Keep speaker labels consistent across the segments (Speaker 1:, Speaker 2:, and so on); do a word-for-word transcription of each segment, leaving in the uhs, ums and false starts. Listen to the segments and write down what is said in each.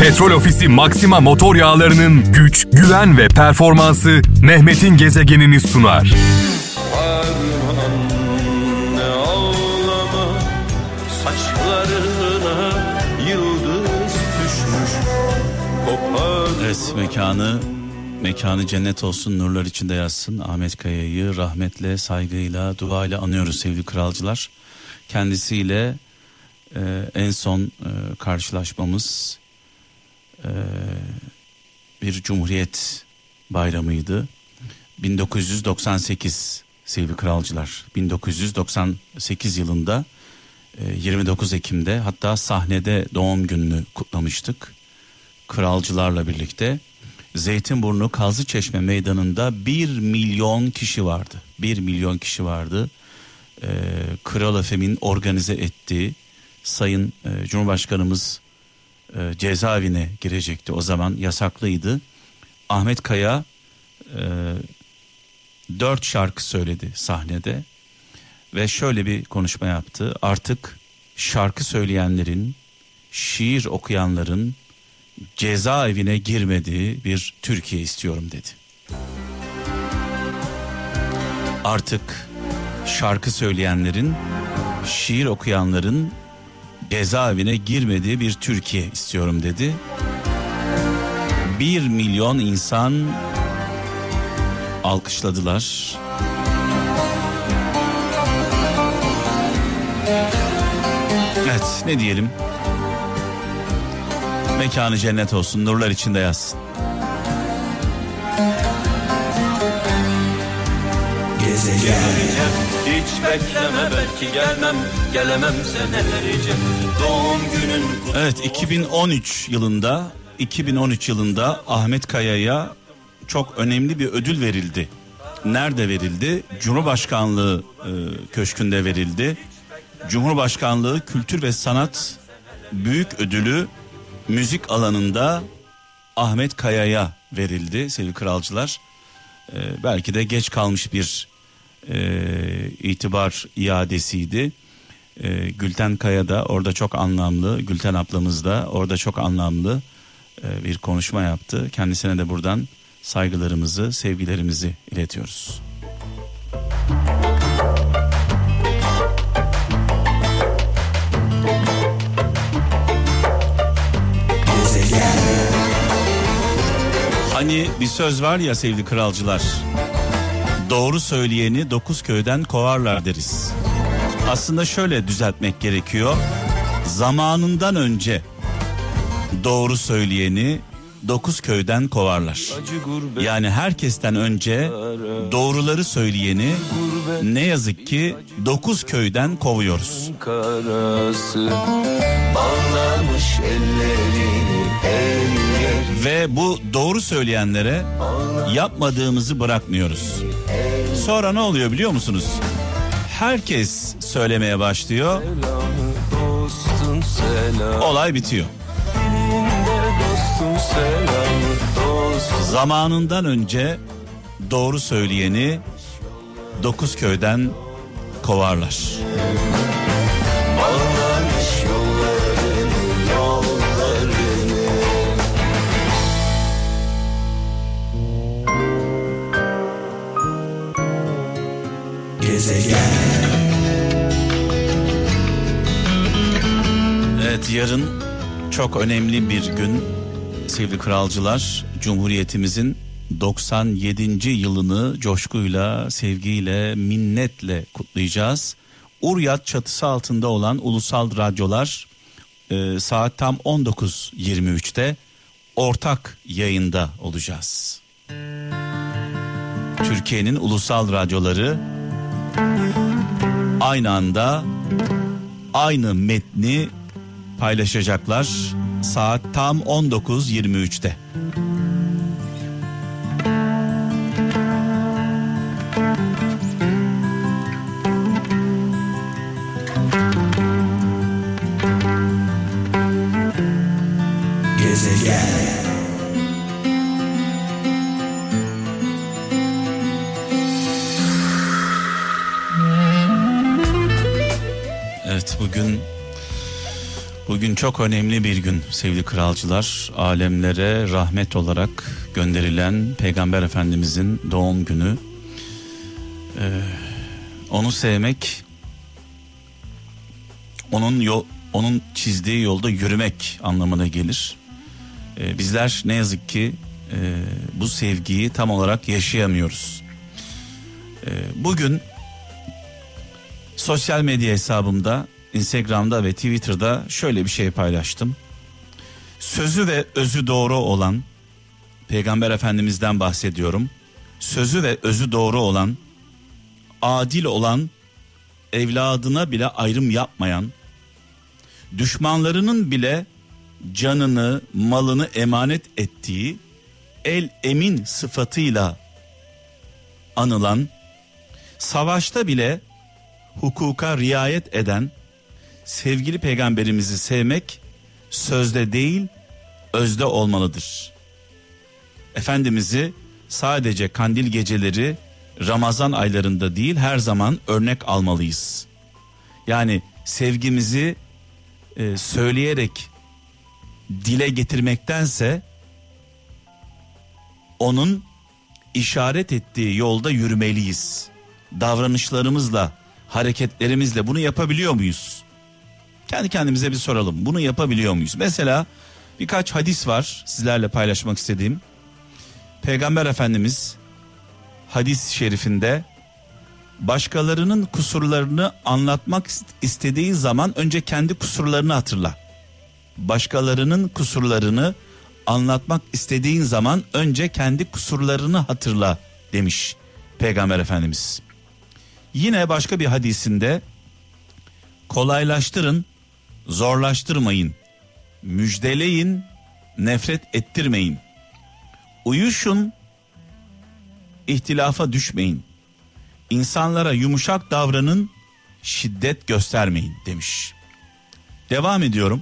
Speaker 1: Petrol Ofisi Maxima motor yağlarının güç, güven ve performansı Mehmet'in gezegenini sunar.
Speaker 2: Evet, mekanı mekanı cennet olsun, nurlar içinde yatsın. Ahmet Kaya'yı rahmetle, saygıyla, duayla anıyoruz sevgili kralcılar. Kendisiyle e, en son e, karşılaşmamız e, bir Cumhuriyet Bayramı'ydı. bin dokuz yüz doksan sekiz sevgili kralcılar. bin dokuz yüz doksan sekiz yılında e, yirmi dokuz Ekim'de, hatta sahnede doğum gününü kutlamıştık. Kralcılarla birlikte Zeytinburnu Kazlıçeşme Meydanı'nda bir milyon kişi vardı. Bir milyon kişi vardı. Ee, Kral F M'in organize ettiği, Sayın e, Cumhurbaşkanımız e, cezaevine girecekti. O zaman yasaklıydı. Ahmet Kaya e, dört şarkı söyledi sahnede ve şöyle bir konuşma yaptı. Artık şarkı söyleyenlerin, şiir okuyanların cezaevine girmediği bir Türkiye istiyorum dedi. Artık şarkı söyleyenlerin, şiir okuyanların cezaevine girmediği bir Türkiye istiyorum dedi. Bir milyon insan alkışladılar. Evet, ne diyelim? Mekanı cennet olsun, nurlar içinde yatsın.
Speaker 3: Gezeceğim, hiç bekleme, belki gelmem, gelemem senelerce. Doğum günün kutlu.
Speaker 2: Evet, iki bin on üç yılında iki bin on üç yılında Ahmet Kaya'ya çok önemli bir ödül verildi. Nerede verildi? Cumhurbaşkanlığı e, Köşkü'nde verildi. Cumhurbaşkanlığı Kültür ve Sanat Büyük Ödülü müzik alanında Ahmet Kaya'ya verildi sevgili kralcılar. Ee, belki de geç kalmış bir e, itibar iadesiydi. Ee, Gülten Kaya da orada çok anlamlı, Gülten ablamız da orada çok anlamlı e, bir konuşma yaptı. Kendisine de buradan saygılarımızı, sevgilerimizi iletiyoruz. Hani bir söz var ya sevgili kralcılar, doğru söyleyeni dokuz köyden kovarlar deriz. Aslında şöyle düzeltmek gerekiyor. Zamanından önce doğru söyleyeni dokuz köyden kovarlar. Yani herkesten önce doğruları söyleyeni ne yazık ki dokuz köyden kovuyoruz. Ve bu doğru söyleyenlere yapmadığımızı bırakmıyoruz. Sonra ne oluyor biliyor musunuz? Herkes söylemeye başlıyor. Olay bitiyor. Zamanından önce doğru söyleyeni dokuz köyden kovarlar. Evet, yarın çok önemli bir gün sevgili kralcılar. Cumhuriyetimizin doksan yedinci yılını coşkuyla, sevgiyle, minnetle kutlayacağız. Uryat çatısı altında olan ulusal radyolar e, saat tam on dokuz yirmi üçte ortak yayında olacağız. Türkiye'nin ulusal radyoları aynı anda aynı metni paylaşacaklar saat tam on dokuz yirmi üçte.
Speaker 3: Gezegen.
Speaker 2: Evet, bugün Bugün çok önemli bir gün sevgili kralcılar. Alemlere rahmet olarak gönderilen Peygamber Efendimizin doğum günü. Ee, onu sevmek, onun yol, onun çizdiği yolda yürümek anlamına gelir. Ee, bizler ne yazık ki e, bu sevgiyi tam olarak yaşayamıyoruz. Ee, bugün sosyal medya hesabımda, Instagram'da ve Twitter'da şöyle bir şey paylaştım. Sözü ve özü doğru olan, Peygamber Efendimiz'den bahsediyorum. Sözü ve özü doğru olan, adil olan, evladına bile ayrım yapmayan, düşmanlarının bile canını, malını emanet ettiği el emin sıfatıyla anılan, savaşta bile hukuka riayet eden sevgili peygamberimizi sevmek sözde değil, özde olmalıdır. Efendimiz'i sadece kandil geceleri, Ramazan aylarında değil, her zaman örnek almalıyız. Yani sevgimizi e, söyleyerek dile getirmektense onun işaret ettiği yolda yürümeliyiz. Davranışlarımızla, hareketlerimizle bunu yapabiliyor muyuz? Kendi kendimize bir soralım. Bunu yapabiliyor muyuz? Mesela birkaç hadis var sizlerle paylaşmak istediğim. Peygamber Efendimiz hadis-i şerifinde başkalarının kusurlarını anlatmak istediği zaman önce kendi kusurlarını hatırla. Başkalarının kusurlarını anlatmak istediğin zaman önce kendi kusurlarını hatırla demiş Peygamber Efendimiz. Yine başka bir hadisinde kolaylaştırın, zorlaştırmayın, müjdeleyin, nefret ettirmeyin, uyuşun, ihtilafa düşmeyin, insanlara yumuşak davranın, şiddet göstermeyin demiş. Devam ediyorum.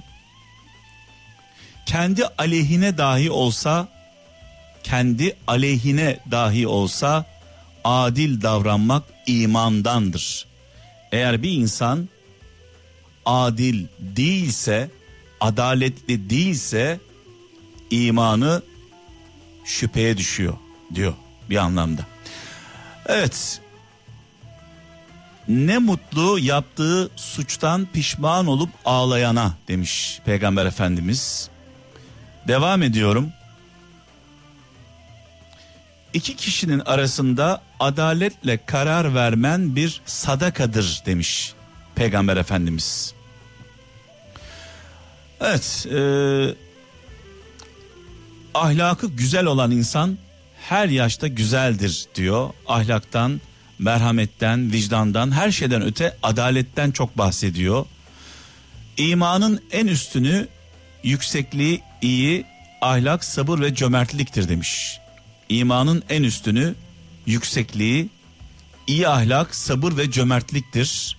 Speaker 2: Kendi aleyhine dahi olsa, kendi aleyhine dahi olsa adil davranmak imandandır. Eğer bir insan adil değilse, adaletli değilse imanı şüpheye düşüyor diyor bir anlamda. Evet. Ne mutlu yaptığı suçtan pişman olup ağlayana demiş Peygamber Efendimiz. Devam ediyorum. İki kişinin arasında adaletle karar vermen bir sadakadır demiş Peygamber Efendimiz. Evet, e, ahlakı güzel olan insan her yaşta güzeldir diyor. Ahlaktan, merhametten, vicdandan, her şeyden öte adaletten çok bahsediyor. İmanın en üstünü, yüksekliği iyi, ahlak, sabır ve cömertliktir demiş. İmanın en üstünü, yüksekliği iyi ahlak, sabır ve cömertliktir.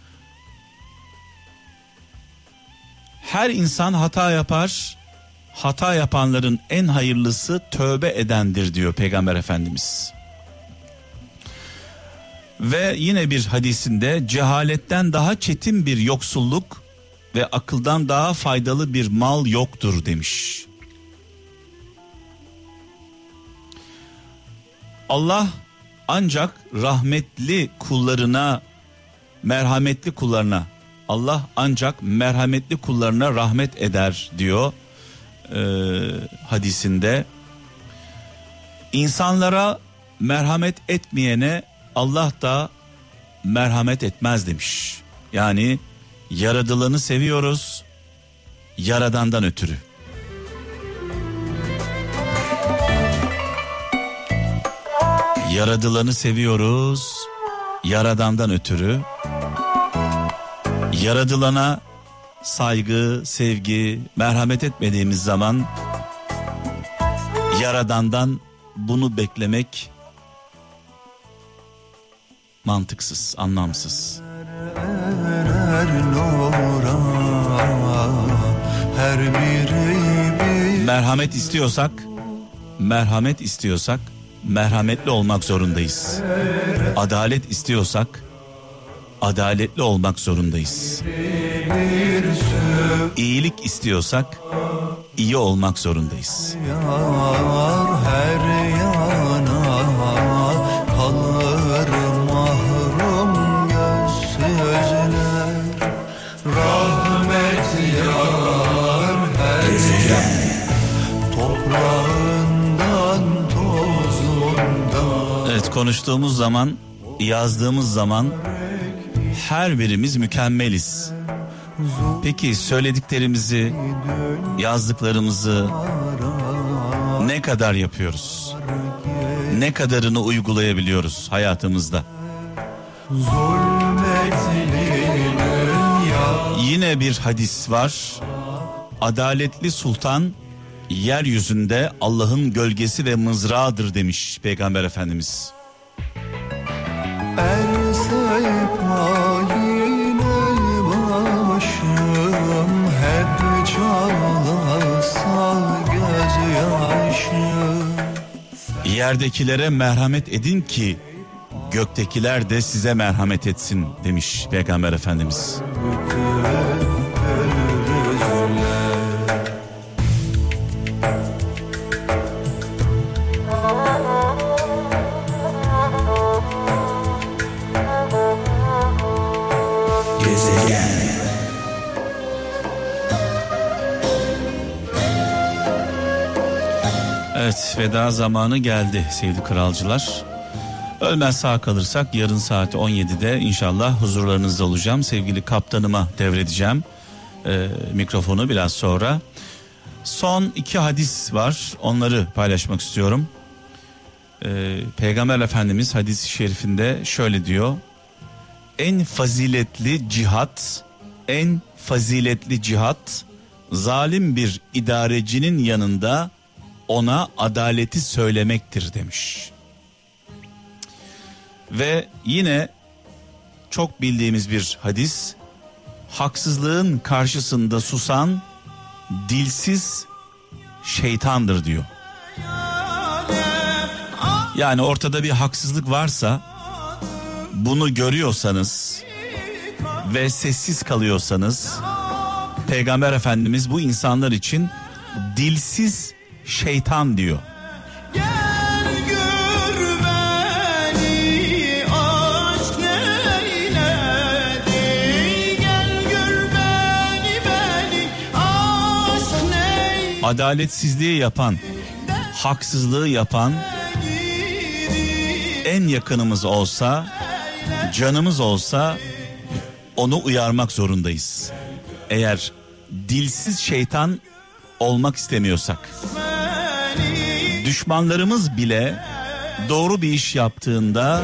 Speaker 2: Her insan hata yapar. Hata yapanların en hayırlısı tövbe edendir diyor Peygamber Efendimiz. Ve yine bir hadisinde cehaletten daha çetin bir yoksulluk ve akıldan daha faydalı bir mal yoktur demiş. Allah ancak rahmetli kullarına, merhametli kullarına, Allah ancak merhametli kullarına rahmet eder diyor e, hadisinde. İnsanlara merhamet etmeyene Allah da merhamet etmez demiş. Yani yaradılanı seviyoruz, yaradandan ötürü. Yaradılanı seviyoruz, yaradandan ötürü. Yaradılana saygı, sevgi, merhamet etmediğimiz zaman yaradandan bunu beklemek mantıksız, anlamsız. Merhamet istiyorsak, merhamet istiyorsak merhametli olmak zorundayız. Adalet istiyorsak adaletli olmak zorundayız. İyilik istiyorsak iyi olmak zorundayız.
Speaker 4: Her yana kalır mahrum gözsüzler. Rahmet yağar her yana, toprağından tozundan.
Speaker 2: Evet, konuştuğumuz zaman, yazdığımız zaman her birimiz mükemmeliz. Peki söylediklerimizi, yazdıklarımızı ne kadar yapıyoruz? Ne kadarını uygulayabiliyoruz hayatımızda? Yine bir hadis var. Adaletli sultan yeryüzünde Allah'ın gölgesi ve mızrağıdır demiş Peygamber Efendimiz. Yerdekilere merhamet edin ki göktekiler de size merhamet etsin demiş Peygamber Efendimiz. Evet, veda zamanı geldi sevgili kralcılar. Ölmez sağ kalırsak yarın saat on yedide inşallah huzurlarınızda olacağım. Sevgili kaptanıma devredeceğim e, mikrofonu biraz sonra. Son iki hadis var, onları paylaşmak istiyorum. E, Peygamber Efendimiz hadis-i şerifinde şöyle diyor. En faziletli cihat, en faziletli cihat zalim bir idarecinin yanında ona adaleti söylemektir demiş. Ve yine çok bildiğimiz bir hadis, haksızlığın karşısında susan dilsiz şeytandır diyor. Yani ortada bir haksızlık varsa, bunu görüyorsanız ve sessiz kalıyorsanız, Peygamber Efendimiz bu insanlar için dilsiz şeytan diyor.
Speaker 4: Gel gör beni, aşk neyledi. Gel gör beni, beni, aşk neyledi.
Speaker 2: Adaletsizliği yapan, haksızlığı yapan en yakınımız olsa, canımız olsa onu uyarmak zorundayız. Eğer dilsiz şeytan olmak istemiyorsak. Düşmanlarımız bile doğru bir iş yaptığında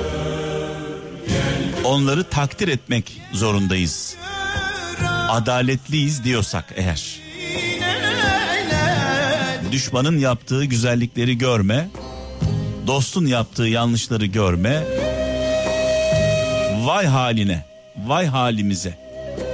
Speaker 2: onları takdir etmek zorundayız. Adaletliyiz diyorsak eğer. Düşmanın yaptığı güzellikleri görme, dostun yaptığı yanlışları görme. Vay haline, vay halimize.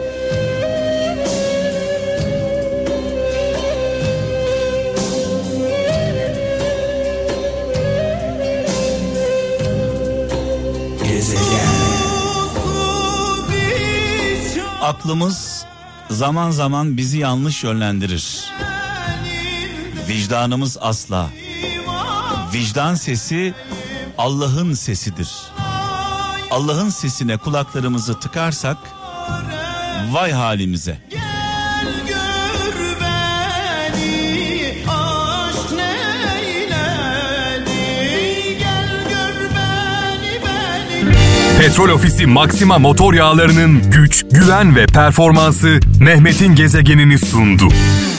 Speaker 2: Aklımız zaman zaman bizi yanlış yönlendirir. Vicdanımız asla. Vicdan sesi Allah'ın sesidir. Allah'ın sesine kulaklarımızı tıkarsak vay halimize.
Speaker 1: Petrol Ofisi Maxima motor yağlarının güç, güven ve performansı Mehmet'in gezegenini sundu.